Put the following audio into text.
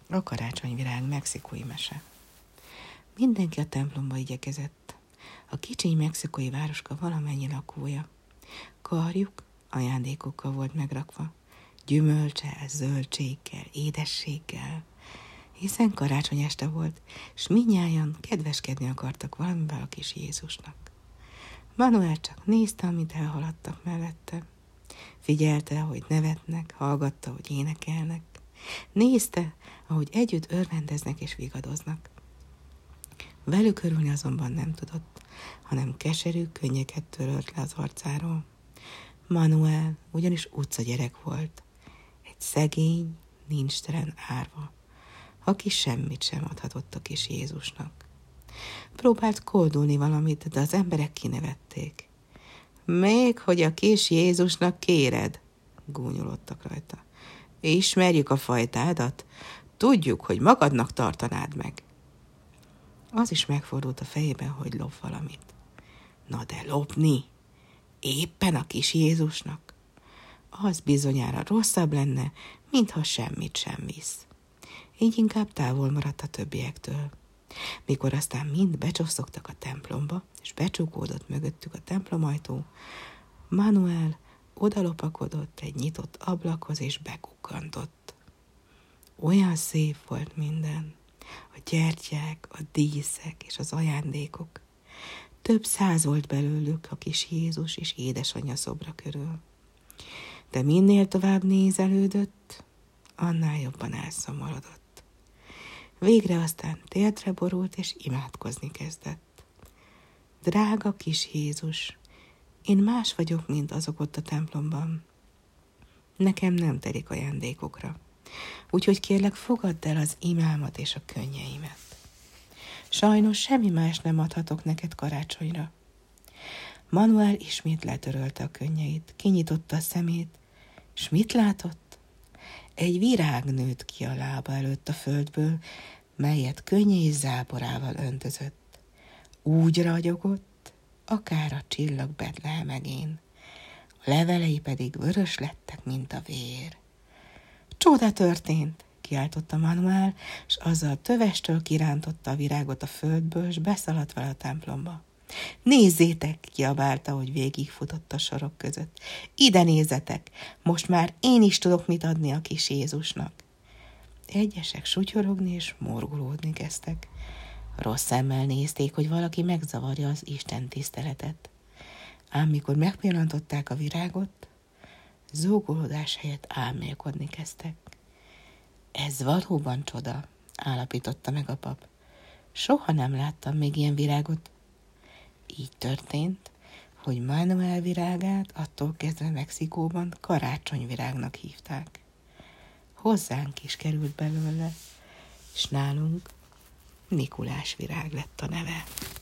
A karácsonyvirág mexikói mese. Mindenki a templomba igyekezett. A kicsiny mexikói városka valamennyi lakója. Karjuk ajándékokkal volt megrakva. Gyümölcsel, zöldséggel, édességgel. Hiszen karácsony este volt, s mindnyájan kedveskedni akartak valamivel a kis Jézusnak. Manuel csak nézte, amit elhaladtak mellette. Figyelte, ahogy nevetnek, hallgatta, hogy énekelnek. Nézte, ahogy együtt örvendeznek és vigadoznak. Velük örülni azonban nem tudott, hanem keserű könnyeket törölt le az arcáról. Manuel ugyanis utcagyerek volt, egy szegény, nincstelen árva, aki semmit sem adhatott a kis Jézusnak. Próbált koldulni valamit, de az emberek kinevették. Még hogy a kis Jézusnak kéred, gúnyolódtak rajta. Ismerjük a fajtádat, tudjuk, hogy magadnak tartanád meg. Az is megfordult a fejében, hogy lop valamit. Na de lopni? Éppen a kis Jézusnak? Az bizonyára rosszabb lenne, mintha semmit sem visz. Így inkább távol maradt a többiektől. Mikor aztán mind becsosszogtak a templomba, és becsukódott mögöttük a templomajtó, Manuel odalopakodott egy nyitott ablakhoz, és bekukkantott. Olyan szép volt minden. A gyertyák, a díszek és az ajándékok. Több 100 volt belőlük a kis Jézus és édesanyja szobra körül. De minél tovább nézelődött, annál jobban elszomorodott. Végre aztán térdre borult és imádkozni kezdett. Drága kis Jézus, én más vagyok, mint azok ott a templomban. Nekem nem telik ajándékokra, úgyhogy kérlek, fogadd el az imámat és a könnyeimet. Sajnos semmi más nem adhatok neked karácsonyra. Manuel ismét letörölte a könnyeit, kinyitotta a szemét, s mit látott? Egy virág nőtt ki a lába előtt a földből, melyet könnyei záporával öntözött. Úgy ragyogott, akár a csillag Betlehemegén. A levelei pedig vörös lettek, mint a vér. Csoda történt, kiáltotta Manuel, s azzal tövestől kirántotta a virágot a földből, s beszaladt vele a templomba. Nézzétek, kiabálta, hogy végigfutott a sorok között. Ide nézzetek, most már én is tudok mit adni a kis Jézusnak. Egyesek sutyorogni és morgolódni kezdtek. Rossz szemmel nézték, hogy valaki megzavarja az Isten tiszteletet. Ám mikor megpillantották a virágot, zúgolódás helyett álmélkodni kezdtek. Ez valóban csoda, állapította meg a pap. Soha nem láttam még ilyen virágot. Így történt, hogy Manuel virágát attól kezdve Mexikóban karácsonyvirágnak hívták. Hozzánk is került belőle, s nálunk Mikulás virág lett a neve.